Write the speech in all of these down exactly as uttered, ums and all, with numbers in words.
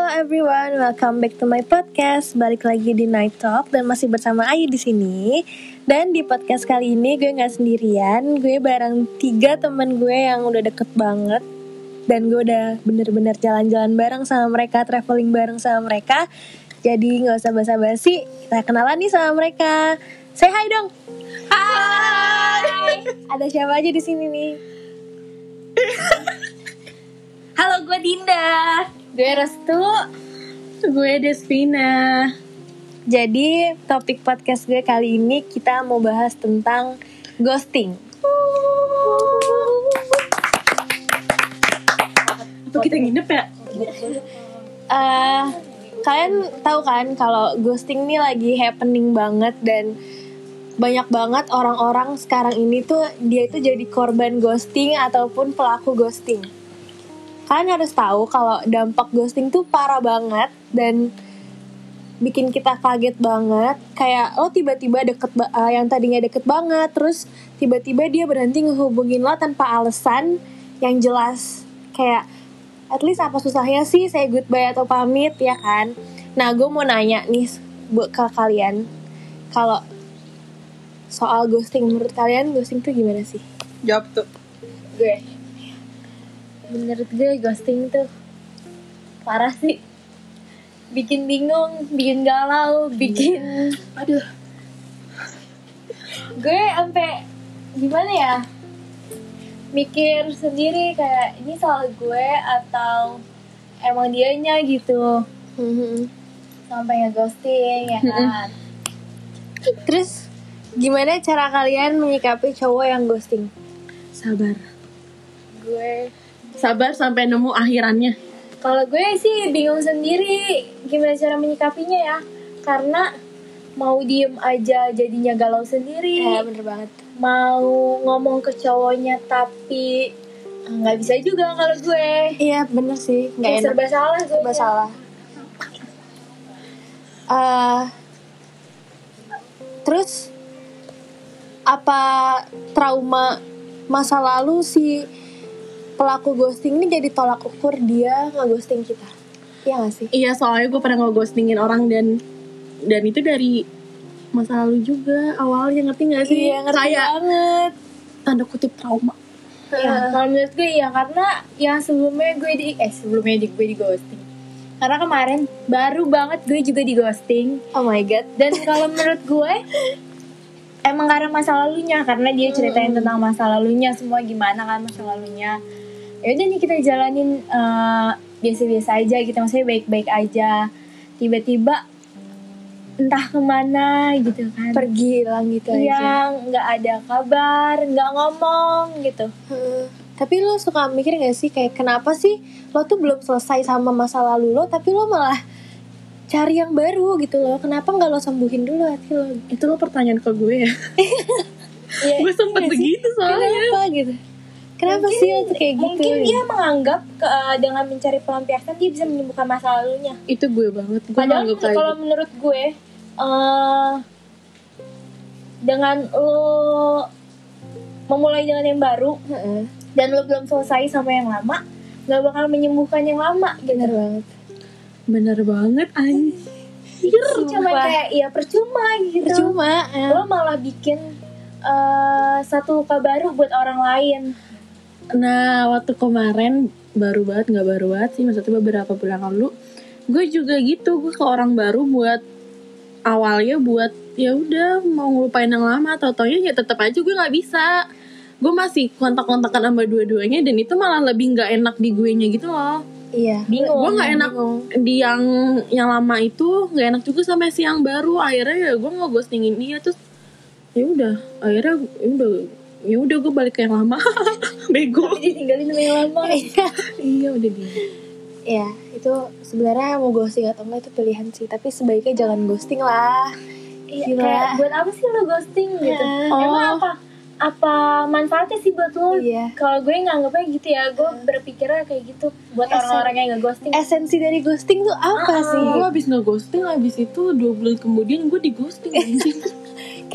Halo everyone, welcome back to my podcast. Balik lagi di Night Talk dan masih bersama Ayu di sini. Dan di podcast kali ini gue nggak sendirian, gue bareng tiga teman gue yang udah deket banget. Dan gue udah bener-bener jalan-jalan bareng sama mereka, traveling bareng sama mereka. Jadi nggak usah basa-basi, kita kenalan nih sama mereka. Say hi dong. Hai. Ada siapa aja di sini nih? Halo, gue Dinda. Gue Restu. Gue Desvina. Jadi topik podcast gue kali ini kita mau bahas tentang ghosting. Atau kita nginep ya? Uh, kalian tahu kan kalau ghosting ini lagi happening banget dan banyak banget orang-orang sekarang ini tuh dia itu jadi korban ghosting ataupun pelaku ghosting. Kalian harus tahu kalau dampak ghosting tuh parah banget dan bikin kita kaget banget. Kayak lo tiba-tiba deket uh, yang tadinya deket banget, terus tiba-tiba dia berhenti ngehubungin lo tanpa alasan yang jelas. Kayak at least apa susahnya sih say goodbye atau pamit, ya kan? Nah, gue mau nanya nih buat ke kalian, kalau soal ghosting, menurut kalian ghosting tuh gimana sih? Jawab tuh. Gue Menurut gue ghosting tuh parah sih. Bikin bingung, bikin galau, bikin Aduh. gue sampai gimana ya, mikir sendiri kayak ini salah gue atau emang dianya gitu sampai nge-ghosting, ya kan? Terus gimana cara kalian menyikapi cowok yang ghosting? Sabar. Gue Sabar sampai nemu akhirannya. Kalau gue sih bingung sendiri gimana cara menyikapinya ya. Karena mau diem aja jadinya galau sendiri. Ya, bener banget. Mau ngomong ke cowoknya tapi nggak bisa juga kalau gue. Iya, bener sih. Nggak enak. Serba salah gue. Serba salah. Uh, terus apa trauma masa lalu si pelaku ghosting ini jadi tolak ukur dia nge-ghosting kita? Iya gak sih? Iya, soalnya gue pernah nge-ghostingin orang dan dan itu dari masa lalu juga awalnya, ngerti gak sih? Iya, ngerti kayak banget. Tanda kutip trauma. Ya, kalau menurut gue ya, karena yang sebelumnya gue di eh sebelumnya di gue di ghosting. Karena kemarin baru banget gue juga di ghosting. Oh my god. Dan kalau menurut gue emang karena masa lalunya, karena dia ceritain hmm. tentang masa lalunya, semua gimana kan masa lalunya. Ya udah nih kita jalanin uh, biasa-biasa aja gitu, maksudnya baik-baik aja. Tiba-tiba entah kemana gitu kan, pergi hilang gitu aja. Yang nggak ada kabar, nggak ngomong gitu. Hmm. Tapi lo suka mikir nggak sih kayak kenapa sih lo tuh belum selesai sama masa lalu lo, tapi lo malah cari yang baru gitu loh? Kenapa nggak lo sembuhin dulu hati lo? Itu lo pertanyaan ke gue ya? Ya, gue sempet begitu soalnya. Kenapa gitu? Kenapa mungkin, sih lo tuh kayak gitu? Mungkin dia menganggap ke, uh, dengan mencari pelampiasan dia bisa menyembuhkan masa lalunya. Itu gue banget. Gue Padahal kalau gitu. menurut gue uh, dengan lo memulai dengan yang baru uh-uh. dan lo belum selesai sama yang lama, gak bakal menyembuhkan yang lama gitu. Bener banget. Bener banget anjir. Cuma kayak ya percuma gitu. Percuma ya. Lo malah bikin uh, satu luka baru buat orang lain. Nah, waktu kemarin baru banget, nggak baru banget sih, maksudnya beberapa bulan lalu, gue juga gitu, gue ke orang baru buat awalnya buat ya udah mau ngelupain yang lama, atau taunya ya tetap aja gue nggak bisa, gue masih kontak-kontakan sama dua-duanya dan itu malah lebih nggak enak di gue nya gitu loh. Iya. Bingung. Gue nggak enak bingung. Di yang yang lama itu nggak enak juga sama si yang baru, akhirnya ya gue nggak ghostingin dia, terus ya udah akhirnya ya udah ya udah gue balik ke yang lama. Bego. Tapi ditinggalin sama yang lama. Iya udah dia. Ya itu sebenarnya mau ghosting atau enggak itu pilihan sih, tapi sebaiknya jangan ghosting lah. Iya, kayak buat apa sih lo ghosting gitu? Oh. Emang apa? Apa manfaatnya sih buat lo? Iya. Kalau gue nganggapnya gitu ya, gue berpikirnya kayak gitu buat Esen- orang-orang yang nge-ghosting. Esensi dari ghosting tuh apa Uh-uh. sih? Gue abis nge-ghosting, abis itu dua bulan kemudian gue di-ghosting anjing. Kayak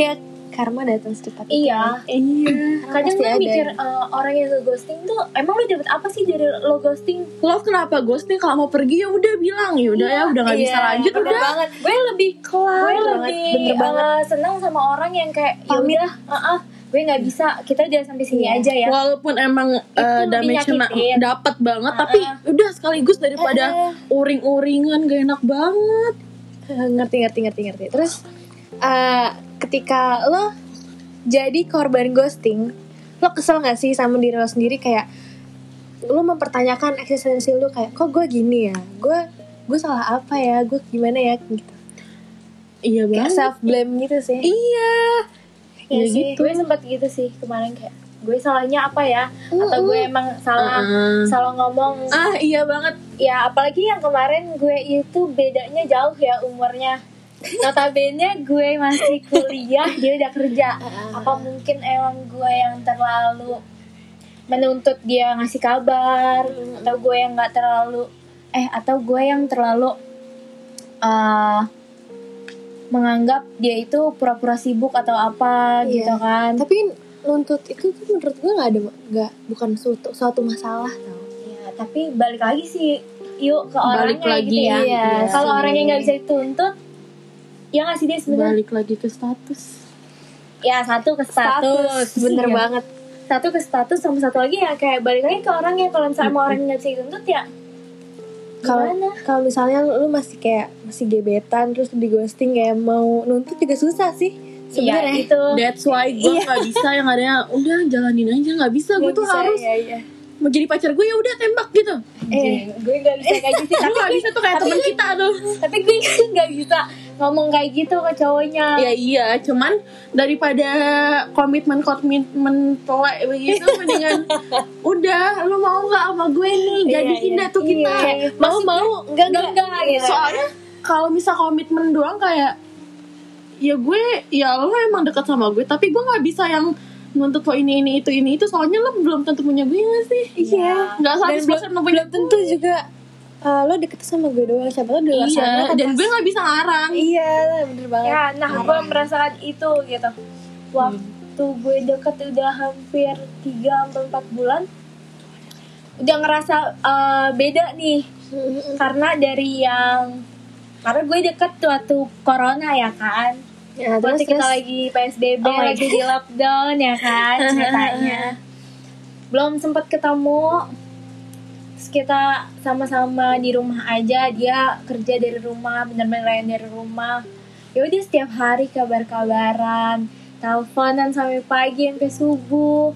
karma datang secepat itu. Iya. Iya. Kadang pasti gue ada mikir yang- uh, orang yang nge-ghosting tuh emang lu dapet apa sih dari lo ghosting? Lo kenapa ghosting? Kalau mau pergi ya udah bilang, ya udah ya udah nggak bisa iya, lanjut Bener udah. banget. Gue lebih Kelar. gue banget, lebih bener banget. uh, senang sama orang yang kayak ya Pamit. udah, uh-uh, gue nggak bisa. Kita udah sampai sini Iya. aja ya. Walaupun emang Itu uh, lebih damage-nya ma- nyakitin. dapat banget, Uh-uh. tapi udah sekaligus daripada Uh-uh. uring-uringan gak enak banget. ngerti ngerti ngerti ngerti. Terus uh, ketika lo jadi korban ghosting, lo kesel nggak sih sama diri lo sendiri, kayak lo mempertanyakan eksistensi lo, kayak kok gue gini ya, gue gue salah apa ya, gue gimana ya gitu, Iya kayak banget. self blame gitu sih. Iya. Ya Ya sih, gitu. gue sempat gitu sih kemarin kayak gue salahnya apa ya? Atau gue emang salah Uh-uh. salah ngomong? Ah iya banget. Ya apalagi yang kemarin gue itu bedanya jauh ya umurnya. Notabene gue masih kuliah, dia udah kerja. Apa mungkin emang gue yang terlalu menuntut dia ngasih kabar, atau gue yang nggak terlalu eh atau gue yang terlalu uh, menganggap dia itu pura-pura sibuk atau apa Iya. gitu kan? Tapi nuntut itu tuh menurut gue nggak ada, nggak, bukan suatu suatu masalah tau. Ya, tapi balik lagi sih, yuk ke orangnya Balik lagi, gitu ya. iya Kalau sih. orangnya nggak bisa dituntut, ya nggak sih dia sebenarnya. Balik lagi ke status. Ya satu ke status, bener Iya. banget. Satu ke status, sama satu lagi ya kayak balik lagi ke orangnya. Kalau misalnya mau orangnya nggak bisa dituntut ya, Kalau gimana? kalau misalnya lu masih kayak masih gebetan terus di ghosting, kayak mau nuntut juga susah sih sebenarnya. Iya, itu. That's why gue Iya. nggak bisa yang ada udah jalanin aja, nggak bisa. Gue Nggak tuh bisa, harus iya, iya. mau jadi pacar gue ya udah tembak gitu. Eh, gue nggak bisa kayak gitu. Gue nggak bisa tuh kayak tapi- teman kita tuh. Tapi gue nggak bisa ngomong kayak gitu ke cowoknya. Ya iya, cuman daripada komitmen komitmen pelek begitu, mendingan udah lu mau nggak sama gue nih, Iya, jadiin iya. dah tuh kita. Iya. Mau mau enggak Enggak, enggak. enggak gitu. Soalnya kalau misal komitmen doang kayak ya gue ya lo emang dekat sama gue, tapi gue nggak bisa yang nuntut lo ini ini itu ini itu, soalnya lo belum tentu punya gue nggak sih? Iya. Nggak Dan seratus persen belum, punya belum tentu juga uh, lo deket sama gue doang, siapa tau di luar sana Iya, kan dan pas- gue nggak bisa ngarang. Iya, bener banget. Ya, nah gue merasakan itu gitu. Waktu gue deket udah hampir tiga sampai empat bulan, udah ngerasa uh, beda nih. Karena dari yang karena gue deket waktu corona ya kan. Ya, terus, Waktu kita terus lagi P S B B, Oh my lagi di lockdown ya kan ceritanya. Belum sempat ketemu. Terus kita sama-sama di rumah aja, dia kerja dari rumah, bener-bener dari rumah. Ya udah setiap hari kabar-kabaran, teleponan sampai pagi sampai subuh.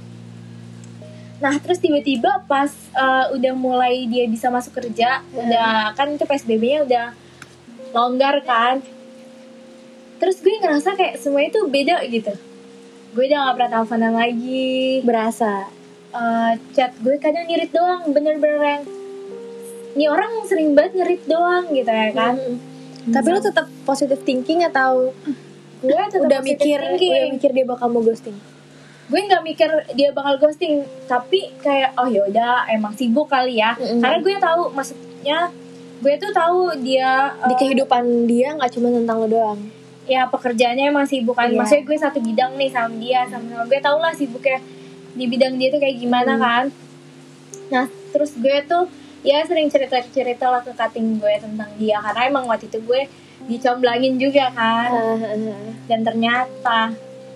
Nah terus tiba-tiba pas uh, udah mulai dia bisa masuk kerja, udah kan itu P S B B-nya udah longgar kan. Terus gue ngerasa kayak semua itu beda gitu. Gue udah gak pernah teleponan lagi. berasa. Uh, chat gue kadang ngirit doang, bener-bener yang ini orang sering banget ngerit doang gitu ya kan. Mm. Tapi lo tetap positive thinking atau Gue tetap udah positive mikir thinking. udah mikir dia bakal mau ghosting? Gue nggak mikir dia bakal ghosting, tapi kayak oh yaudah emang sibuk kali ya. Mm-mm. Karena gue tahu maksudnya gue tuh tahu dia Di uh, kehidupan dia nggak cuma tentang lo doang. ya pekerjaannya emang sibuk kan. Iya. Maksudnya gue satu bidang nih sama dia, sama gue tau lah sibuknya di bidang dia tuh kayak gimana kan. Nah terus gue tuh ya sering cerita-cerita lah ke cutting gue tentang dia, karena emang waktu itu gue dicomblangin juga kan. Dan ternyata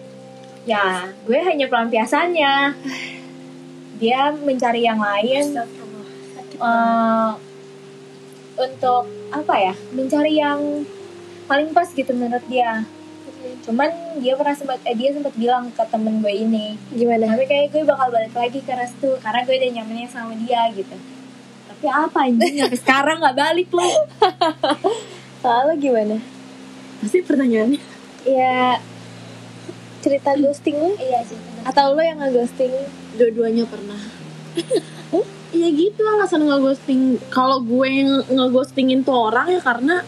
ya gue hanya pelampiasannya. Dia mencari yang lain uh, untuk apa ya, mencari yang paling pas gitu menurut dia. Cuman dia pernah sempat eh, dia sempat bilang ke temen gue ini, Gimana? tapi kayak gue bakal balik lagi ke restu karena gue udah nyamannya sama dia gitu. Tapi apa anjing sampai sekarang nggak balik lo. Soalnya gimana? Pasti pertanyaannya. Ya cerita ghosting lo Iya sih. atau lo yang nge-ghosting? Dua-duanya pernah. Iya gitu alasan nge-ghosting. Kalau gue yang nge-ghostingin tuh orang ya karena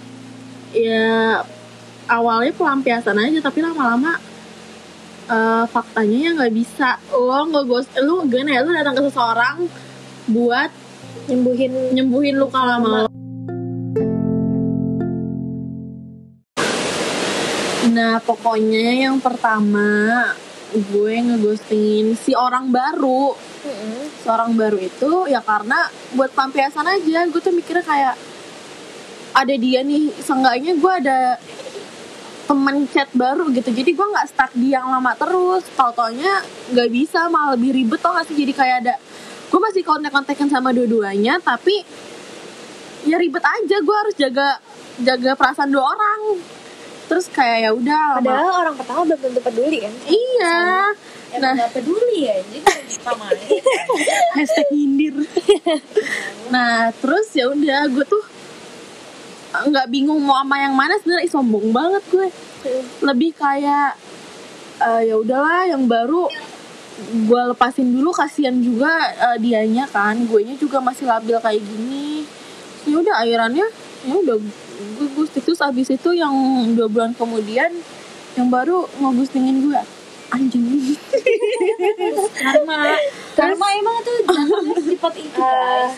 ya awalnya pelampiasan aja, tapi lama-lama uh, faktanya ya nggak bisa. Lo nge-ghost, lu gimana ya, lu datang ke seseorang buat Nyembuhin nyembuhin luka lama lo. Nah Nah pokoknya yang pertama gue ngeghostingin si orang baru. Mm-mm. Seorang baru itu ya karena buat pelampiasan aja. Gue tuh mikirnya kayak ada dia nih, seenggaknya gue ada temen chat baru gitu, jadi gue nggak stuck di yang lama terus. Tau taunya nggak bisa, malah lebih ribet tau gak sih. Jadi kayak ada, gue masih kontak-kontakan sama dua-duanya, tapi ya ribet aja. Gue harus jaga jaga perasaan dua orang. Terus kayak ya udah. Padahal orang pertama belum tentu peduli kan. Iya. Emang Nah, gak peduli ya, jadi pertama aja. hashtag nyindir. Nah terus ya udah, gue tuh nggak bingung mau sama yang mana sebenarnya. Ih, sombong banget gue. Lebih kayak uh, ya udahlah yang baru gue lepasin dulu, kasihan juga uh, dianya kan, guenya juga masih labil kayak gini. Ya udah akhirannya ya udah gue ghosting. Terus abis itu yang dua bulan kemudian yang baru ngeghostingin gue. Anjing. Karma, karma emang tuh jatuhnya sifat itu guys.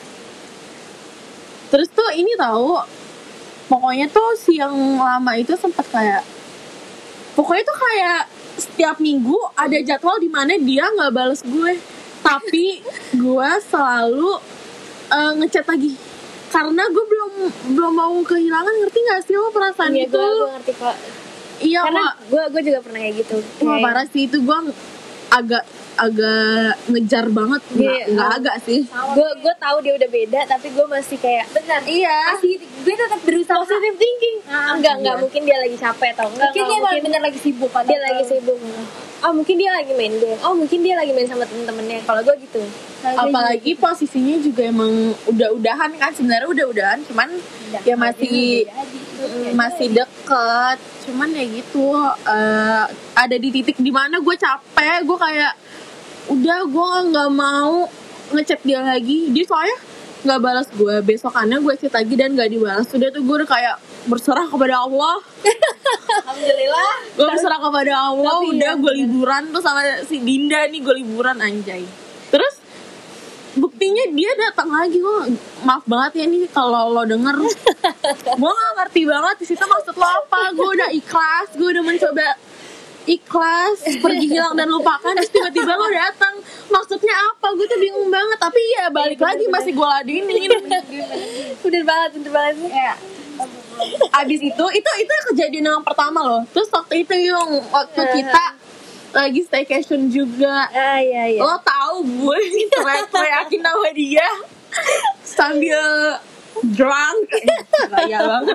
Terus tuh ini tahu, pokoknya tuh si yang lama itu sempat kayak, pokoknya tuh kayak setiap minggu ada jadwal di mana dia nggak balas gue, tapi gue selalu uh, ngechat lagi karena gue belum belum mau kehilangan. Ngerti nggak sih lo perasaan Iya, itu? gue gue ngerti kok. Iya, Karena wah, gue gue juga pernah kayak gitu. wah Kayak- parah sih itu. Gue agak agak ngejar banget. Nggak, Iya, nggak um, agak sih. gue gue tahu dia udah beda, tapi gue masih kayak Benar. Iya. Masih gue tetap berusaha. positive thinking. Ah, enggak enggak iya. mungkin dia lagi capek atau enggak. Mungkin dia enggak, emang bener lagi sibuk padahal dia lagi sibuk. Oh mungkin dia lagi main game. Oh mungkin dia lagi main sama temen-temennya. Kalau gue gitu. Apalagi posisinya juga emang udah-udahan kan, sebenarnya udah-udahan, cuman ya masih masih deket. Cuman ya gitu, uh, ada di titik dimana gue capek, gue kayak udah gue nggak mau ngechat dia lagi. Dia soalnya nggak balas gue, besokannya gue chat lagi dan nggak dibalas. Sudah tuh gue udah kayak berserah kepada Allah. Alhamdulillah. Gue berserah kepada Allah. Tapi Udah ya, gue liburan tuh sama si Dinda nih, gue liburan anjay. Terus buktinya dia datang lagi. Gue maaf banget ya nih kalau lo denger, gue nggak ngerti banget di situ maksud lo apa. Gue udah ikhlas, gue udah mencoba ikhlas, pergi hilang dan lupakan. Terus tiba-tiba lo datang, maksudnya apa? Gue tuh bingung banget. Tapi ya balik lagi masih gue ladenin. Bener banget, bener banget. Ya. Abis itu itu itu kejadian yang pertama loh. Terus waktu itu yang waktu kita lagi staycation juga, Ah iya iya. lo tahu gue teriak-teriakin sama dia sambil drunk. Gaya banget.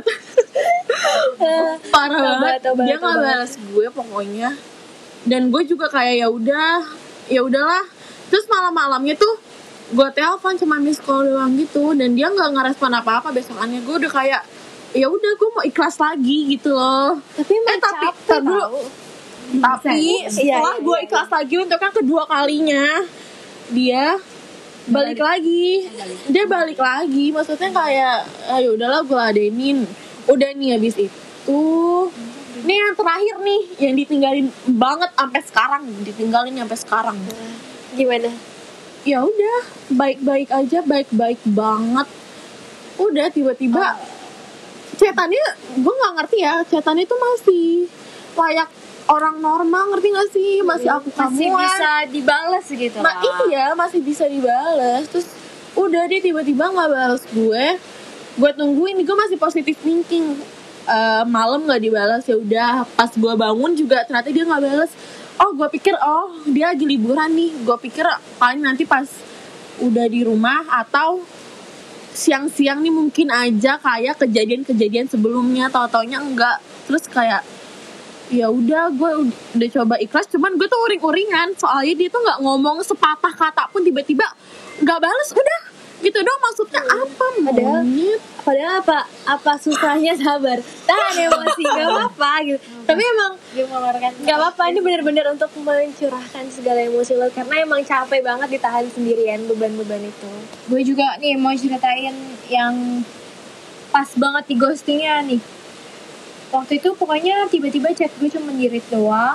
Parah Tobat, banget. tobat, Dia nggak tobat. balas gue pokoknya. Dan gue juga kayak ya udah, ya udahlah. Terus malam-malamnya tuh gue telepon cuma miss call doang gitu, dan dia nggak ngerespon apa-apa. Besokannya gue udah kayak ya udah gue mau ikhlas lagi gitu loh. Tapi emang Eh, tapi- capek tar dulu. tau. Tapi Iya, setelah iya, gue iya. ikhlas lagi untuk yang kedua kalinya, dia balik lagi. Dia balik lagi. Maksudnya kayak ayo udahlah gue ladenin. Udah nih habis itu. Nih yang terakhir nih yang ditinggalin banget sampai sekarang, ditinggalin sampai sekarang. Gimana? Ya udah, baik-baik aja, baik-baik banget. Udah tiba-tiba chatannya gue nggak ngerti ya, chatannya itu masih layak orang normal, ngerti gak sih? Masih aku Masih kamuan. bisa dibales gitu Ma- lah. iya, masih bisa dibales. Terus udah dia tiba-tiba nggak balas gue. Gue tungguin, gue masih positive thinking. Eh, malam nggak dibalas, ya udah. Pas gue bangun juga ternyata dia nggak balas. Oh, gue pikir oh dia lagi liburan nih. Gue pikir paling nanti pas udah di rumah atau siang-siang nih mungkin aja kayak kejadian-kejadian sebelumnya. Tau-taunya enggak. Terus kayak ya udah gue udah coba ikhlas, cuman gue tuh uring-uringan soalnya dia tuh nggak ngomong sepatah kata pun, tiba-tiba nggak balas, udah gitu dong. Maksudnya apa Padahal- monyet? Padahal apa apa susahnya sabar, tahan emosi, gak apa-apa gitu. Tapi emang Dia mengeluarkan gak apa-apa, ini benar-benar untuk mencurahkan segala emosi lo, karena emang capek banget ditahan sendirian beban-beban itu. Gue juga nih mau ceritain yang pas banget di ghostingnya nih. Waktu itu pokoknya tiba-tiba chat gue cuma di-read doang,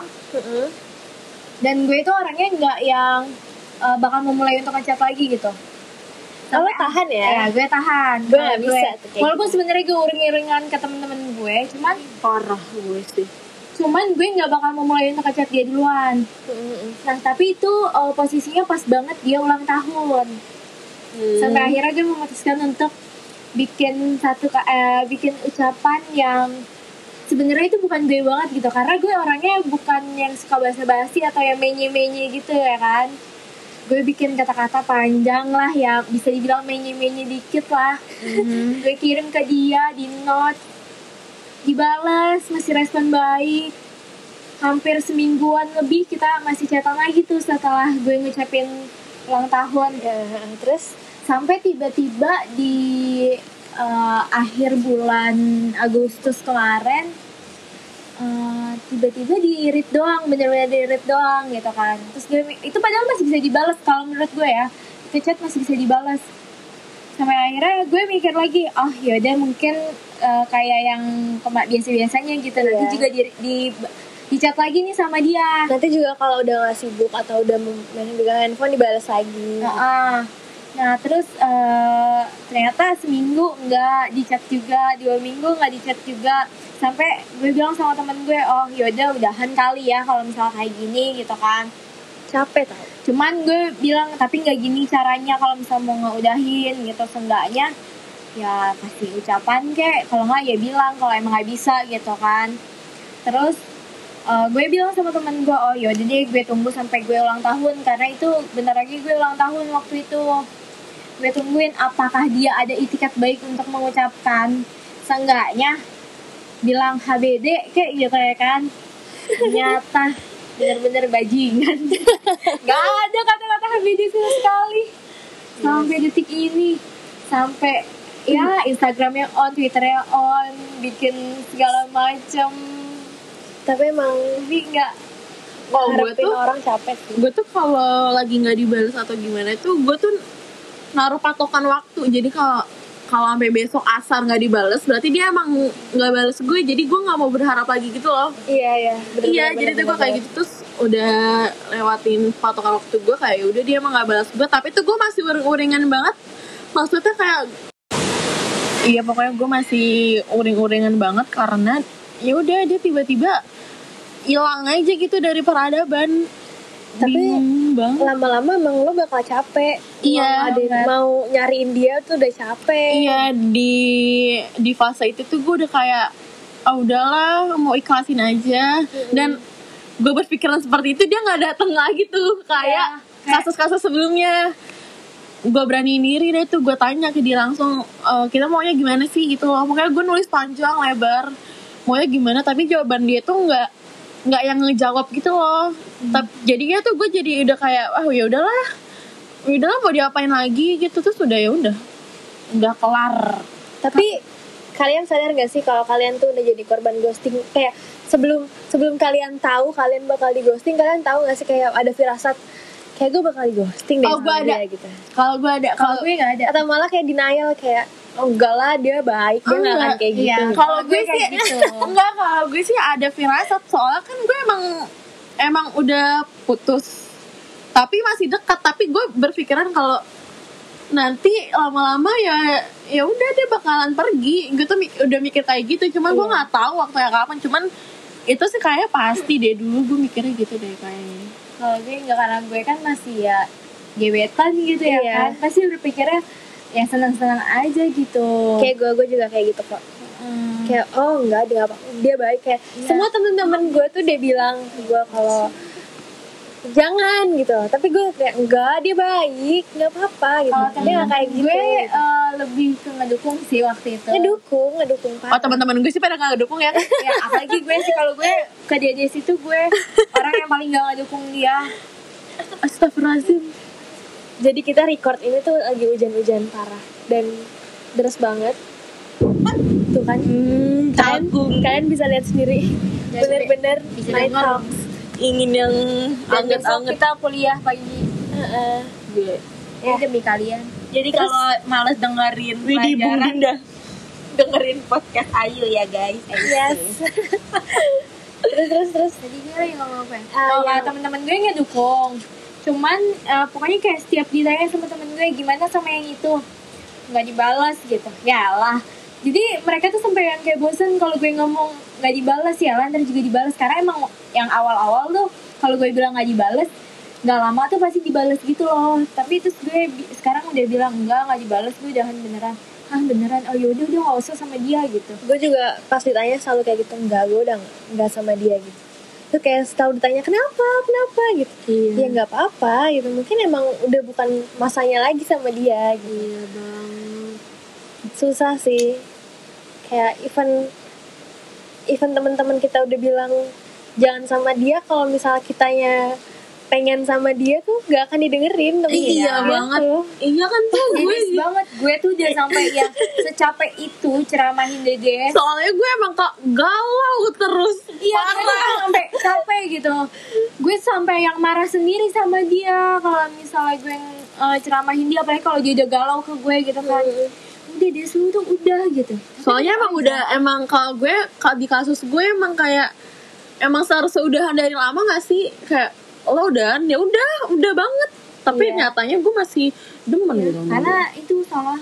dan gue itu orangnya nggak yang uh, bakal memulai untuk ngechat lagi gitu. Lo tahan ya? Ya, gue tahan. Gue Nah, nggak bisa tuh kayak Walaupun sebenarnya gue uring-iringan ke temen-temen gue, cuman Parah gue sih. cuman gue nggak bakal memulai untuk ngechat dia duluan. Nah tapi itu uh, posisinya pas banget dia ulang tahun. hmm. Sampai akhirnya gue memutuskan untuk bikin satu uh, bikin ucapan yang sebenarnya itu bukan gue banget gitu, karena gue orangnya bukan yang suka basa-basi atau yang menye-menye gitu ya kan. Gue bikin kata-kata panjang lah ya, bisa dibilang menye-menye dikit lah. mm-hmm. Gue kirim ke dia di note, dibalas, masih respon baik. Hampir semingguan lebih kita masih chatan lagi tuh setelah gue ngucapin ulang tahun. Ya, terus sampai tiba-tiba di uh, akhir bulan Agustus kemarin, uh, tiba-tiba di-read doang, bener-bener di-read doang gitu kan. Terus gue, itu padahal masih bisa dibalas kalau menurut gue ya, itu chat masih bisa dibalas. Sampai akhirnya gue mikir lagi, oh yaudah mungkin uh, kayak yang kema- biasa-biasanya gitu. Yeah. Nanti juga di, di di chat lagi nih sama dia. Nanti juga kalau udah gak sibuk atau udah main pegang handphone dibalas lagi. Nah, nah terus uh, ternyata seminggu nggak di chat juga, dua minggu nggak di chat juga. Sampai gue bilang sama temen gue, oh yaudah udahan kali ya kalau misalnya kayak gini gitu kan. Capek tau. Cuman gue bilang tapi nggak gini caranya kalau misalnya mau ngeudahin gitu, seenggaknya ya kasih ucapan kek, kalau nggak ya bilang kalau emang nggak bisa gitu kan. Terus uh, gue bilang sama temen gue, oh yaudah deh gue tunggu sampai gue ulang tahun, karena itu bentar lagi gue ulang tahun waktu itu. Gue tungguin apakah dia ada itikat baik untuk mengucapkan, seenggaknya bilang H B D kayak gitu ya kan. Ternyata bener-bener bajingan. Gak ada kata-kata H B D sama sekali sampai detik ini. Sampai ya Instagramnya on, Twitternya on, bikin segala macam. Tapi emang Tapi gak oh, gue harapin tuh orang capek sih. gue tuh kalau lagi nggak dibalas atau gimana tuh gue tuh naruh patokan waktu. Jadi kalau kalau sampai besok asar nggak dibales, berarti dia emang nggak bales gue. Jadi gue nggak mau berharap lagi gitu loh. Iya iya. Iya, jadi tuh gue kayak gitu terus udah lewatin patokan waktu gue, kayak udah dia emang nggak balas gue. Tapi tuh gue masih uring-uringan banget. Maksudnya kayak iya pokoknya gue masih uring-uringan banget karena ya udah dia tiba-tiba hilang aja gitu dari peradaban. Tapi bingung banget. Lama-lama emang lo bakal capek. Iya, mau, ada, mau nyariin dia tuh udah capek. Iya, di di fase itu tuh gue udah kayak ah udahlah mau ikhlasin aja. Mm-hmm. Dan gue berpikiran seperti itu, dia nggak datang lagi tuh kayak yeah, kasus-kasus sebelumnya. Gue beraniin diri deh tuh, gue tanya ke dia langsung, e, kita maunya gimana sih gitu loh. Pokoknya gue nulis panjang lebar maunya gimana, tapi jawaban dia tuh nggak nggak yang ngejawab gitu loh. Hmm. Tapi jadinya tuh gue jadi udah kayak ah ya udahlah, ya udahlah mau diapain lagi gitu. Terus udah ya udah udah kelar. Tapi kalian sadar gak sih kalau kalian tuh udah jadi korban ghosting? Kayak sebelum sebelum kalian tahu kalian bakal di ghosting, kalian tahu gak sih kayak ada firasat kayak gue bakal di ghosting deh oh, sama ada. dia gitu. Kalau gue ada, kalau gue nggak ada. Atau malah kayak denial kayak oh enggak lah dia baik, dia nggak akan kayak gitu. Iya. Kalau gue kayak sih gitu. enggak, kalau gue sih ada firasat, soalnya kan gue emang emang udah putus tapi masih dekat, tapi gue berpikiran kalau nanti lama-lama ya ya udah dia bakalan pergi. Gue tuh udah mikir kayak gitu, cuman iya. gue nggak tahu waktunya kapan. Cuman itu sih kayak pasti deh, dulu gue mikirnya gitu deh kayaknya. Kalau gue nggak, karena gue kan masih ya gebetan gitu ya iya. kan, pasti berpikirnya ya senang-senang aja gitu. Kayak gue gue juga kayak gitu kok. Hmm. Kayak oh enggak dia apa dia baik kayak ya. Semua temen-temen gue tuh dia bilang gue kalau jangan gitu, tapi gue kayak enggak dia baik nggak apa-apa gitu. Kalau dia nggak kayak gitu. Gue uh, lebih ke ngedukung sih waktu itu. Ngedukung, ngedukung pak. Oh teman-teman gue sih pada nggak ngedukung ya. Ya apalagi gue sih, kalau gue ke dia di situ gue orang yang paling nggak ngedukung dia. Astagfirullahaladzim. Jadi kita record ini tuh lagi hujan-hujan parah dan deras banget. Tuh kan, hmm, kalian, kalian bisa lihat sendiri. Bener-bener night talks. Ingin yang anget-anget. Kita kuliah pagi. Uh-uh. Yeah. Ya demi kalian. Jadi kalau malas dengerin pelajaran, dengerin podcast Ayu ya guys. Yes. terus terus terus. Jadi gue ngomong apa? Uh, oh, ya. Teman-teman gue ngedukung. Cuman uh, pokoknya kayak setiap ditanya sama temen gue gimana sama yang itu, nggak dibalas gitu. Yalah. Jadi mereka tuh sampai yang kayak bosan kalau gue ngomong nggak dibales ya lah, ntar juga dibales. Karena emang yang awal-awal tuh kalau gue bilang nggak dibales, nggak lama tuh pasti dibales gitu loh. Tapi terus gue bi- sekarang udah bilang enggak, nggak dibales, gue jangan beneran. Ah beneran, oh yaudah udah nggak usah sama dia gitu. Gue juga pas ditanya selalu kayak gitu, enggak, gue udah nggak sama dia gitu. Tuh kayak selalu ditanya kenapa, kenapa gitu. Iya. Ya nggak apa-apa gitu. Mungkin emang udah bukan masanya lagi sama dia gitu. Iya bang. Susah sih. Kayak even even teman-teman kita udah bilang jangan sama dia, kalau misalnya kitanya pengen sama dia tuh gak akan didengerin temen Iya dia. banget. Tuh. Iya kan tuh gue Gue banget, gue tuh udah sampai yang secapek itu ceramahin Dede. soalnya gue emang kak galau terus. Iya, gue tuh sampai capek gitu. Gue sampai yang marah sendiri sama dia kalau misalnya gue uh, ceramahin dia, apalagi kalau dia udah galau ke gue gitu kan. Udah dia selalu tuh udah gitu. Soalnya emang udah emang kalau gue ka- di kasus gue emang kayak emang seharusnya udahan dari lama gak sih, kayak lo udahan ya udah udah banget, tapi Iya. nyatanya gue masih demen gitu sama Karena dia. itu salah.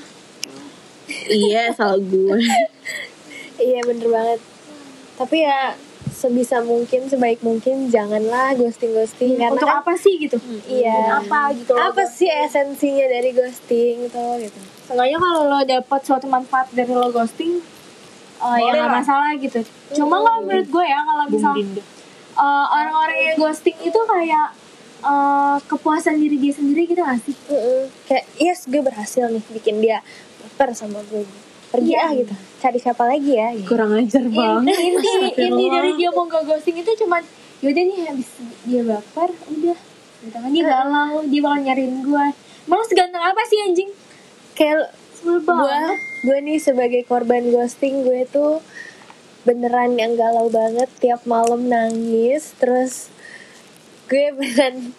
Iya salah gue. Iya bener banget. Tapi ya sebisa mungkin, sebaik mungkin janganlah ghosting-ghosting. Karena Untuk kan- apa sih gitu? Iya. Apa gitu loh. Apa sih esensinya dari ghosting tuh gitu. Seenggaknya kalau lo dapet suatu manfaat dari lo ghosting, uh, ya Boleh nggak lah. masalah gitu. Cuma kalau menurut gue ya, kalau misal uh, orang-orang yang ghosting itu kayak uh, kepuasan diri dia sendiri gitu gak sih? Mm-mm. Kayak yes gue berhasil nih bikin dia baper sama gue. Pergi Iya. ah gitu. Cari siapa lagi ya gitu. Kurang ajar banget. Inti inti dari dia mau gak ghosting itu cuman yaudah nih habis dia baper udah, gitu kan dia galau, dia bakal nyariin gue. Malah seganteng apa sih anjing? Kayak Sebel gue banget. gue nih sebagai korban ghosting, gue tuh beneran yang galau banget, tiap malam nangis, terus gue beneran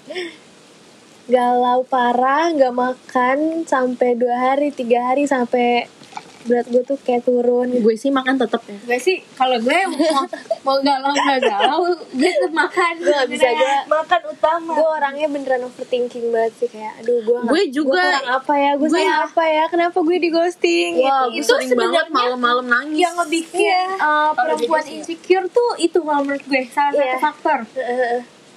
galau parah, nggak makan sampai dua hari tiga hari, sampai berat gue tuh kayak turun gitu. Gue sih makan tetep ya. Gue sih kalau gue mau, mau galau gak galau gue tetap makan. Gue nggak bisa, gue makan utama. gue orangnya beneran overthinking banget sih, kayak aduh gue nggak- Gue juga. gue kurang apa ya, gue Gue- salah apa ya, kenapa gue di ghosting Wah, gitu. gue Itu sering banget sebenarnya malam-malam nangis. Yang ngebikin Iya. uh, perempuan insecure tuh itu kalau menurut gue salah Iya. satu faktor. Heeh.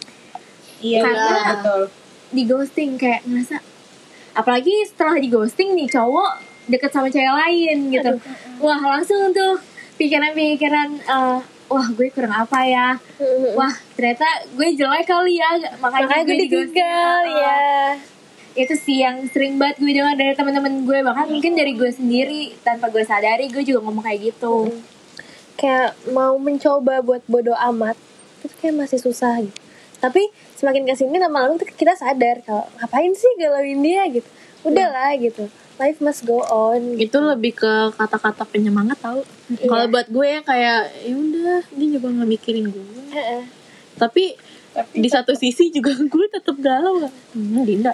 Iya, karena di ghosting kayak ngerasa, apalagi setelah di ghosting nih cowok deket sama cewek lain gitu. Wah langsung tuh pikiran-pikiran, uh, wah gue kurang apa ya, Heeh. wah ternyata gue jelek kali ya, makanya, Makanya gue di-ghosting. ditinggal Uh, ya. Itu sih yang sering banget gue dengar dari teman-teman gue, bahkan mungkin dari gue sendiri tanpa gue sadari gue juga ngomong kayak gitu. Kayak mau mencoba buat bodo amat itu kayak masih susah gitu. Tapi semakin kesini lama-lama tuh kita sadar kalau ngapain sih galauin dia gitu. Udahlah gitu. Life must go on. Itu lebih ke kata-kata penyemangat tau. Iya. Kalau buat gue kayak ya udah dia juga nggak mikirin gue. Heeh. Tapi, di satu sisi juga gue tetap galau kan. Hmm, Dinda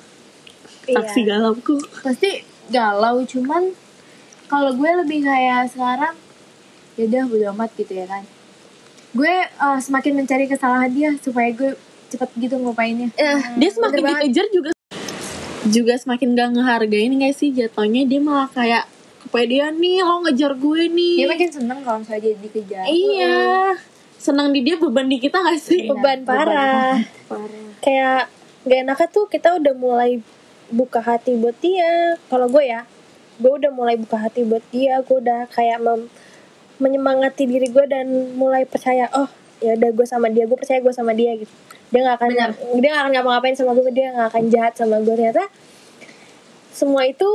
saksi Iya. galauku. Pasti galau, cuman kalau gue lebih kayak sekarang ya udah bodo amat gitu ya kan. Gue uh, semakin mencari kesalahan dia supaya gue cepet gitu ngelupainnya. Eh, Dia semakin bener banget. dikejar juga juga semakin gak ngehargain gak sih jatuhnya. Dia malah kayak kepedean nih, lo ngejar gue nih. Dia makin seneng kalau misalnya dia dikejar. Iya, senang di dia, beban di kita gak sih? beban parah. Parah. Kayak gak enaknya tuh kita udah mulai buka hati buat dia. Kalau gue ya, gue udah mulai buka hati buat dia. Gue udah kayak mem- menyemangati diri gue dan mulai percaya, oh ya udah gue sama dia, gue percaya gue sama dia gitu. Dia nggak akan Benar. dia nggak akan ngapa-ngapain sama gue, dia nggak akan jahat sama gue. Ternyata semua itu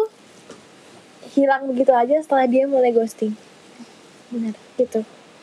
hilang begitu aja setelah dia mulai ghosting. Benar. Gitu.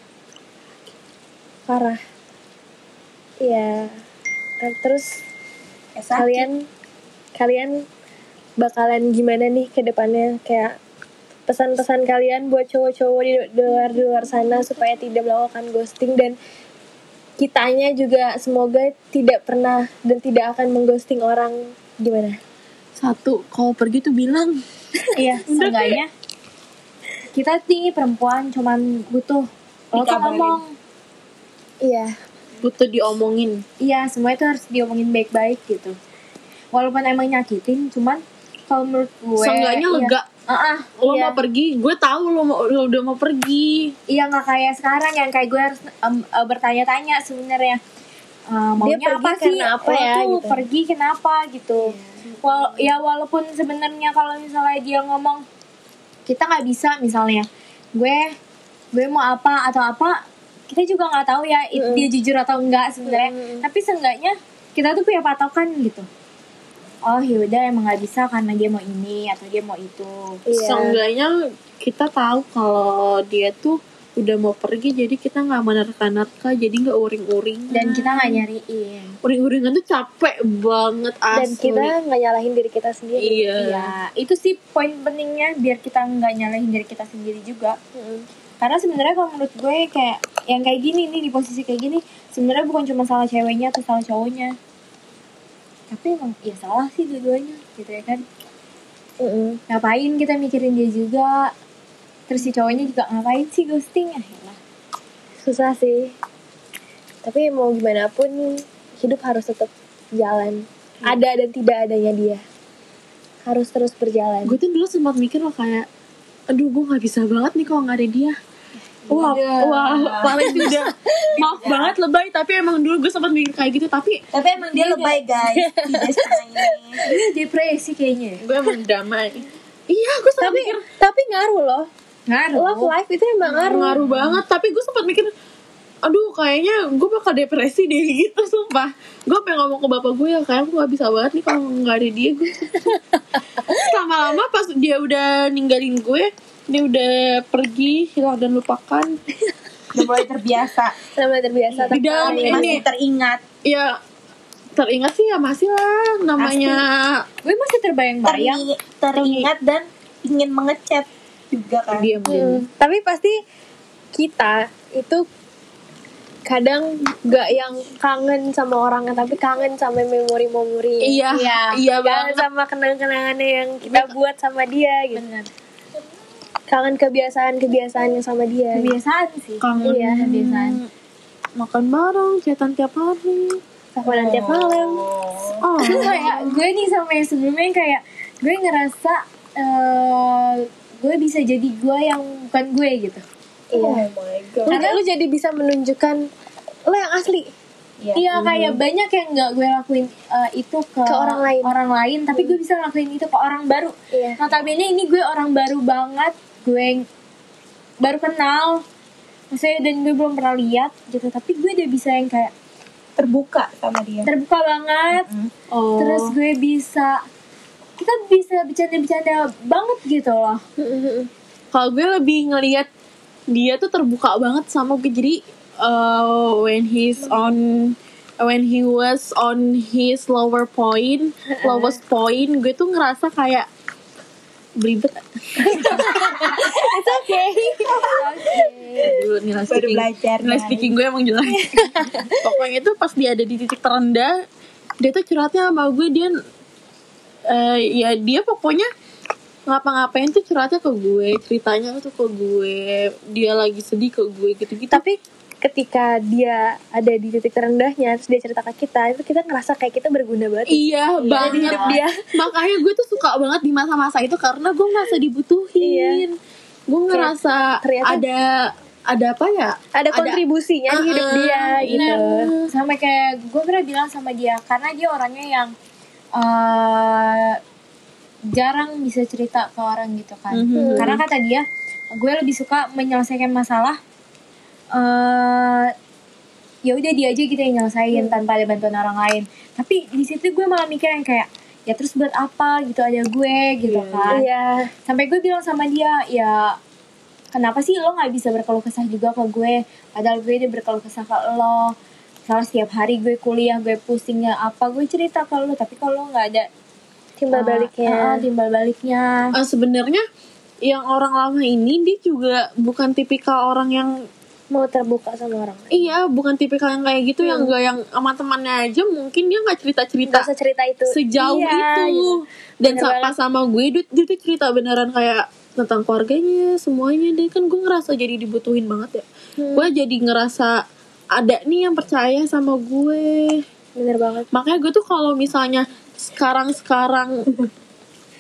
Parah. Iya. Ter- Terus kalian kalian bakalan gimana nih ke depannya, kayak pesan-pesan kalian buat cowok-cowok di di luar di luar sana supaya tidak melakukan ghosting, dan kitanya juga semoga tidak pernah dan tidak akan mengghosting orang, gimana? Satu, kalau pergi tuh bilang. Iya, seenggaknya kita nih perempuan cuman butuh lo tuh Dikabarin. ngomong. Iya. Butuh diomongin. Iya, semua itu harus diomongin baik-baik gitu. Walaupun emang nyakitin, cuman kalau menurut gue Seenggaknya iya, lega. Ah, ah, Lo iya. mau pergi, gue tahu lo mau lo udah mau pergi. Iya, nggak kayak sekarang yang kayak gue harus em, eh, bertanya-tanya sebenarnya. Eh, maunya pergi apa sih? karena apa Lo ya, tuh gitu. pergi kenapa gitu. Wal ya walaupun sebenarnya kalau misalnya dia ngomong kita nggak bisa misalnya, gue gue mau apa atau apa, kita juga nggak tahu ya itu dia jujur atau enggak sebenarnya. Tapi seenggaknya kita tuh punya patokan gitu. Oh yaudah emang nggak bisa karena dia mau ini atau dia mau itu. Iya. Seenggaknya kita tahu kalau dia tuh udah mau pergi, jadi kita nggak menerka-nerka, jadi nggak uring-uring. Dan kita nggak nyariin. Uring-uringan tuh capek banget asli. Dan kita nggak nyalahin diri kita sendiri. Iya. Iya, itu sih poin pentingnya biar kita nggak nyalahin diri kita sendiri juga. Mm-mm. Karena sebenarnya kalau menurut gue kayak yang kayak gini nih, di posisi kayak gini sebenarnya bukan cuma salah ceweknya atau salah cowoknya, tapi emang ya salah sih dua-duanya gitu ya kan. Mm-mm. Ngapain kita mikirin dia juga, terus si cowoknya juga ngapain sih ghosting ya lah. Susah sih. Tapi mau gimana pun hidup harus tetap jalan. Ada dan tidak adanya dia harus terus berjalan. Gue tuh dulu sempat mikir loh kayak, aduh gue nggak bisa banget nih kalau nggak ada dia. Wah, Udah. wah, paling udah maaf banget lebay, tapi emang dulu gue sempat mikir kayak gitu, tapi Tapi emang dia lebay guys. Tidak setengah ini. Dia depresi kayaknya. gue emang damai. Iya, gue sempat Tapi mikir tapi ngaruh loh. Ngaruh. Love life itu emang ngaruh. ngaruh banget, tapi gue sempat mikir, aduh kayaknya gue bakal depresi deh gitu, sumpah. Gue pengen ngomong ke bapak gue ya, kayak aku nggak bisa banget nih kalau nggak ada dia. Gue lama-lama pas dia udah ninggalin gue, dia udah pergi, hilang dan lupakan. Udah mulai terbiasa. Namanya terbiasa. Di dalam tapi- ini Masih teringat. ya teringat sih ya masih lah, namanya Gue masih terbayang-bayang. Teri- teringat dan ingin mengechat juga kan. diam diam. Hmm, tapi pasti kita itu kadang gak yang kangen sama orangnya, tapi kangen sama memori-memori. Iya, Iya. iya Kangen banget. sama kenangan-kenangannya yang kita buat sama dia gitu. Bener. Kangen kebiasaan-kebiasaannya sama dia. Kebiasaan sih. Kangen Iya, kebiasaan. makan bareng, chatan tiap hari. Teleponan tiap malam. Oh, Cuma ya, gue nih sama yang sebelumnya kayak gue ngerasa eh, gue bisa jadi gue yang bukan gue gitu. Iya. my god. Lu, lu jadi bisa menunjukkan lo yang asli. Iya kayak banyak yang nggak gue lakuin eh, itu ke, Ke orang lain. orang lain, tapi gue bisa ngelakuin itu ke orang baru. Iya. Notabene ini gue orang baru banget, gue yang baru kenal, maksudnya dan gue belum pernah lihat gitu, tapi gue udah bisa yang kayak Terbuka sama dia. terbuka banget. oh. Terus gue bisa, kita bisa bercanda-bercanda banget gitu loh. Kalau gue lebih ngelihat dia tuh terbuka banget sama gue, jadi uh, when he's on when he was on his lower point, lowest point, gue tuh ngerasa kayak belibet. It's okay. Dulu nilai Baru speaking, belajar, nilai guys. speaking gue emang jelek. Pokoknya itu pas dia ada di titik terendah, dia tuh curhatnya sama gue, dia eh, ya dia pokoknya ngapa-ngapain tuh curhatnya ke gue, ceritanya tuh ke gue, dia lagi sedih ke gue gitu-gitu. Tapi ketika dia ada di titik terendahnya, terus dia cerita ke kita, itu kita ngerasa kayak kita berguna banget. iya banget hidup dia. Makanya gue tuh suka banget di masa-masa itu karena gue ngerasa dibutuhin. Gue ngerasa ternyata- ada ada apa ya? Ada kontribusinya di hidup Ah, dia gitu. bener. Sama kayak gue pernah bilang sama dia, karena dia orangnya yang eh, jarang bisa cerita ke orang gitu kan. Mhm. Karena kata dia, gue lebih suka menyelesaikan masalah. eh ya udah dia aja gitu yang nyelesain tanpa ada bantuan orang lain. Tapi di situ gue malah mikir yang kayak, ya terus buat apa gitu ada gue gitu kan. Iya. Sampai gue bilang sama dia, ya kenapa sih lo nggak bisa berkeluh kesah juga ke gue, padahal gue udah berkeluh kesah ke lo. Kalau setiap hari gue kuliah, gue pusingnya apa, gue cerita ke lo, tapi kalau lo nggak ada Timbal uh, baliknya. uh, timbal baliknya. Eh, sebenarnya yang orang lama ini dia juga bukan tipikal orang yang Mau terbuka sama orang lain. iya, bukan tipikal yang kayak gitu, yang enggak yang sama temannya aja mungkin dia nggak cerita-cerita Gak usah cerita itu. sejauh Iya, itu. gitu. Dan Bener sa- banget. pas sama gue dia, dia tuh cerita beneran kayak tentang keluarganya, semuanya. Dan kan gue ngerasa jadi dibutuhin banget ya. Hmm. Gue jadi ngerasa ada nih yang percaya sama gue. Bener banget. Makanya gue tuh kalau misalnya sekarang-sekarang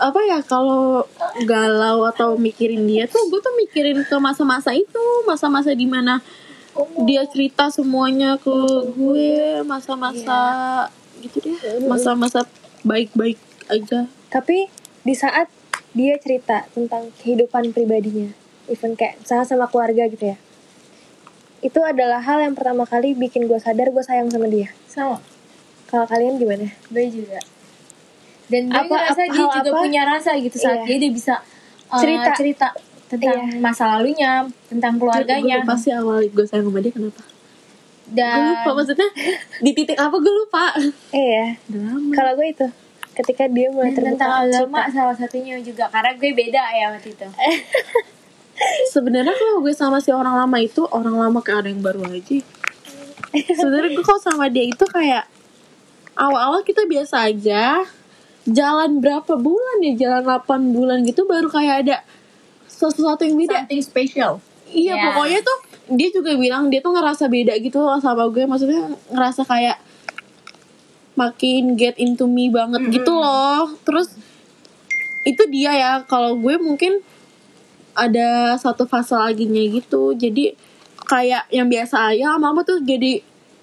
apa ya, kalau galau atau mikirin dia tuh gue tuh mikirin ke masa-masa itu, masa-masa dimana dia cerita semuanya ke gue, masa-masa gitu deh, masa-masa baik-baik aja. Tapi di saat dia cerita tentang kehidupan pribadinya, even kayak misalnya sama keluarga gitu ya, itu adalah hal yang pertama kali bikin gue sadar gue sayang sama dia. Sama. Kalau kalian gimana? Gue juga. Dan gue Apa- ngerasa apa- dia hal juga apa? punya rasa gitu saat Iya. dia dia bisa uh, Cerita. cerita tentang Iya. masa lalunya, tentang Gue keluarganya. lupa sih awal gue sayang sama dia kenapa. Gue Dan lupa maksudnya di titik apa gue lupa. Iya. Udah lama. Kalau gue itu ketika dia mulai dan terbuka tentang agama cerita. salah satunya juga karena gue beda ya waktu itu. Sebenarnya kalau gue sama si orang lama itu, orang lama kayak ada yang baru aja. Sebenarnya gue kalau sama dia itu kayak awal-awal kita biasa aja. Jalan berapa bulan ya? Jalan delapan bulan gitu baru kayak ada sesuatu yang beda. Something special. Iya, Ya. pokoknya tuh dia juga bilang dia tuh ngerasa beda gitu loh sama gue. Maksudnya ngerasa kayak makin get into me banget gitu loh. Terus itu dia ya. Kalau gue mungkin ada satu fase laginya gitu. Jadi kayak yang biasa aja lama-lama tuh jadi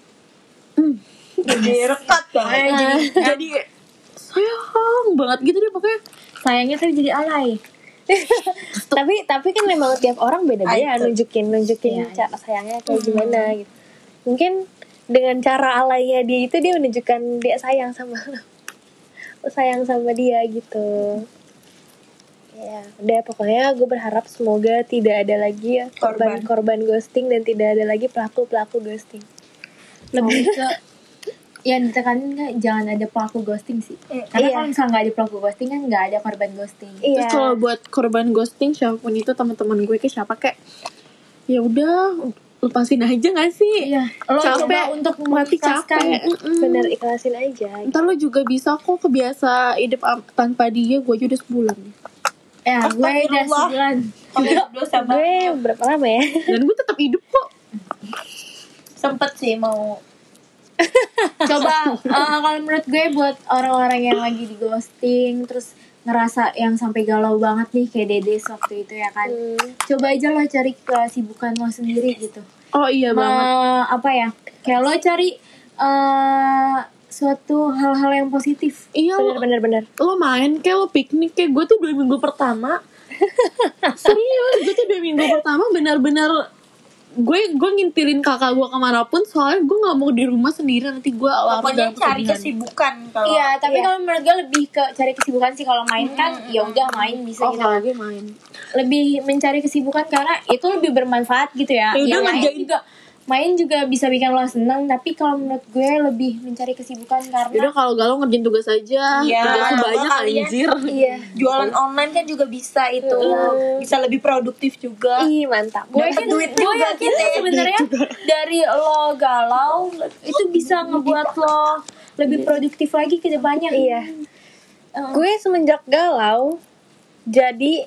Jadi rekat banget. jadi sayang banget gitu deh pokoknya. Sayangnya tuh jadi alay. tapi tapi kan memang tiap orang beda-beda Itu. nunjukin nunjukin Iya, cara sayangnya kayak gimana gitu. Mungkin dengan cara alaynya dia itu dia menunjukkan dia sayang sama lo. Lo sayang sama dia gitu. Ya, udah pokoknya gue berharap semoga tidak ada lagi ya Korban. korban-korban ghosting dan tidak ada lagi pelaku-pelaku ghosting. Lebih ke yang ditekanin kan jangan ada pelaku ghosting sih. Karena Iya. kalau misalnya nggak ada pelaku ghosting kan nggak ada korban ghosting. Iya. Terus kalau buat korban ghosting siapapun itu teman-teman gue ke siapa kayak ya udah lepasin aja nggak sih? Iya. Lo Capek, coba untuk mati mengikhlaskan. capek. Mm-mm. Bener ikhlasin aja. Ntar lo juga bisa kok kebiasa hidup am- tanpa dia. Gue aja udah sebulan. Ya, gue udah Astagfirullah. sebulan. Alhamdulillah sama. Gue berapa lama ya? Dan gue tetap hidup kok. Sempet sih mau Coba uh, kalau menurut gue buat orang-orang yang lagi di ghosting terus ngerasa yang sampai galau banget nih kayak Dedes waktu itu ya kan. Hmm. Coba aja lo cari kesibukan lo sendiri gitu. Oh iya Ma- banget. apa ya? Kayak lo cari uh, suatu hal-hal yang positif. Iya lo, Bener bener bener. lo main kayak lo piknik kayak gue tuh dua minggu pertama. Serius gue tuh dua minggu pertama benar-benar gue gue ngintilin kakak gue kemanapun soalnya gue nggak mau di rumah sendiri nanti gue larut pokoknya dalam cari kesedihan. kesibukan kalau Iya, tapi iya. kalau menurut gue lebih ke cari kesibukan sih. Kalau main kan ya udah main bisa Oh gitu. kalau gue main. Lebih mencari kesibukan karena itu lebih bermanfaat gitu ya. Ya udah, Yang main ngerjain. juga main juga bisa bikin lo seneng, tapi kalau menurut gue lebih mencari kesibukan karena Udah kalau galau ngerjain tugas aja. Iya, Tugasnya atau banyak kalian- anjir. Iya. jualan online kan juga bisa itu Mm. bisa lebih produktif juga. Ih mantap. gue Dapat yakin, duit gue juga yakin gitu tuh ya. sebenarnya dari lo galau itu bisa ngebuat lo lebih produktif lagi ke depannya. Iya. Eh, Gue semenjak galau jadi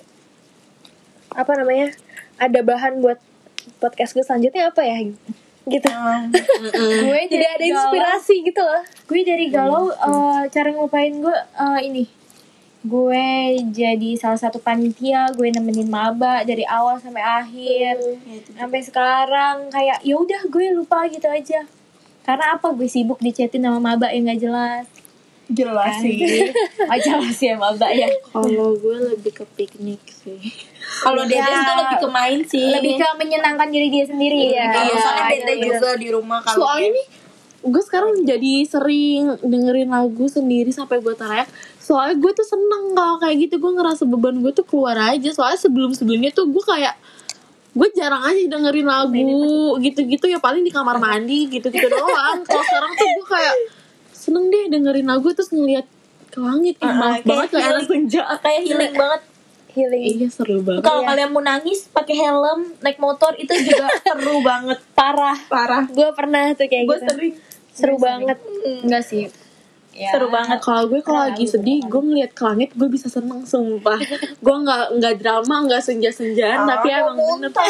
apa namanya? Ada bahan buat podcast gue selanjutnya apa ya? Gitu. Hmm. gue Jadi dari ada galau- inspirasi gitu loh. gue dari galau eh, cara ngelupain gue eh, ini gue jadi salah satu panitia, gue nemenin maba dari awal sampai akhir sampai sekarang kayak ya udah gue lupa gitu aja karena apa gue sibuk dichatin sama maba yang nggak jelas. Jelas sih. Oh jelas ya maba ya. Kalau gue lebih ke piknik sih. Kalau Dedes Ya, tuh lebih ke main sih. lebih ke menyenangkan diri dia sendiri. Iya. Kalau Iya, soalnya iya, Dede iya. juga di rumah kalau Soalnya nih gue sekarang jadi sering dengerin lagu sendiri sampai gue teriak. Soalnya gue tuh seneng kalau kayak gitu, gue ngerasa beban gue tuh keluar aja. Soalnya sebelum-sebelumnya tuh gue kayak gue jarang aja dengerin lagu gitu-gitu ya paling di kamar mandi gitu-gitu doang. Kalau sekarang tuh gue kayak seneng deh dengerin lagu terus ngeliat ke langit. Ih, Ah, maaf kayak banget kayak anak healing. senja. kayak healing banget. Healing. Iya seru banget. Kalau Iya. kalian mau nangis pakai helm naik motor itu juga seru banget. Parah. Parah. Gue pernah tuh kayak Gue gitu. sering. Seru banget. Enggak sih. Ya. Seru banget. Kalau gue kalau lagi sedih, gue ngeliat ke langit, gue bisa seneng sumpah. Gue nggak nggak drama, nggak senja-senjaan, tapi Ah, emang bener. muntah.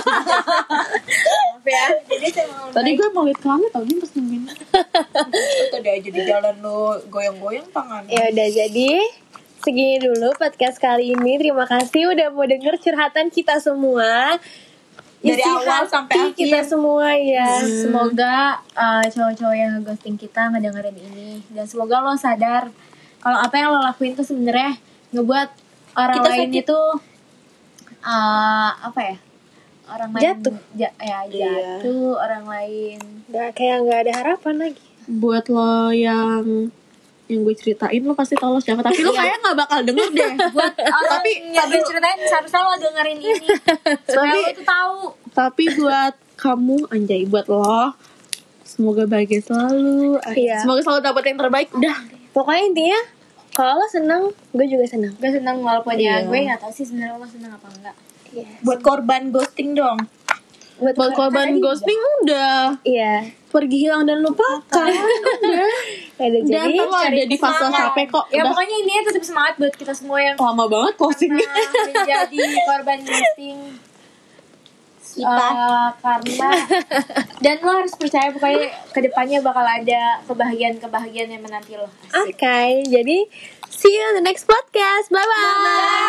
Maaf ya. Jadi saya mau Tadi gue mau liat ke langit, tau dia pas nungguin. tadi aja di jalan lo goyang-goyang tangan. Ya udah jadi segini dulu podcast kali ini. Terima kasih udah mau denger curhatan kita semua. Dari Isi awal hati sampai akhir. kita semua ya. Semoga uh, cowok-cowok yang ghosting kita ngedengerin ini, dan semoga lo sadar kalau apa yang lo lakuin tuh sebenarnya ngebuat orang Kita lain sakit. itu uh, apa ya? Orang lain Jatuh. ja- ya Iya. jatuh, orang lain. Nggak, kayak nggak ada harapan lagi. Buat lo yang yang gue ceritain lo pasti tau lo siapa, tapi lo kayak nggak bakal denger deh. Buat orang Tapi yang gue ceritain seharusnya lo dengerin ini supaya Tapi- lo tuh tahu. Tapi buat kamu anjay, buat lo semoga bahagia selalu. Iya. Semoga selalu dapat yang terbaik. Udah. Pokoknya intinya kalau lo seneng, gue juga seneng. Gue seneng walaupun ya Iya. gue nggak tahu sih sebenarnya lo seneng apa enggak. Buat korban ghosting dong. Buat, Buat korban ghosting udah Iya. pergi hilang dan lupakan. Udah. Ada Dan jadi lo ada di fase capek kok. Ya Udah pokoknya ini tetap semangat buat kita semua yang lama banget closingnya. pernah menjadi korban ghosting. Kita. Uh, karena dan lo harus percaya pokoknya kedepannya bakal ada kebahagiaan-kebahagiaan yang menanti lo. Oke, jadi see you in the next podcast. Bye bye.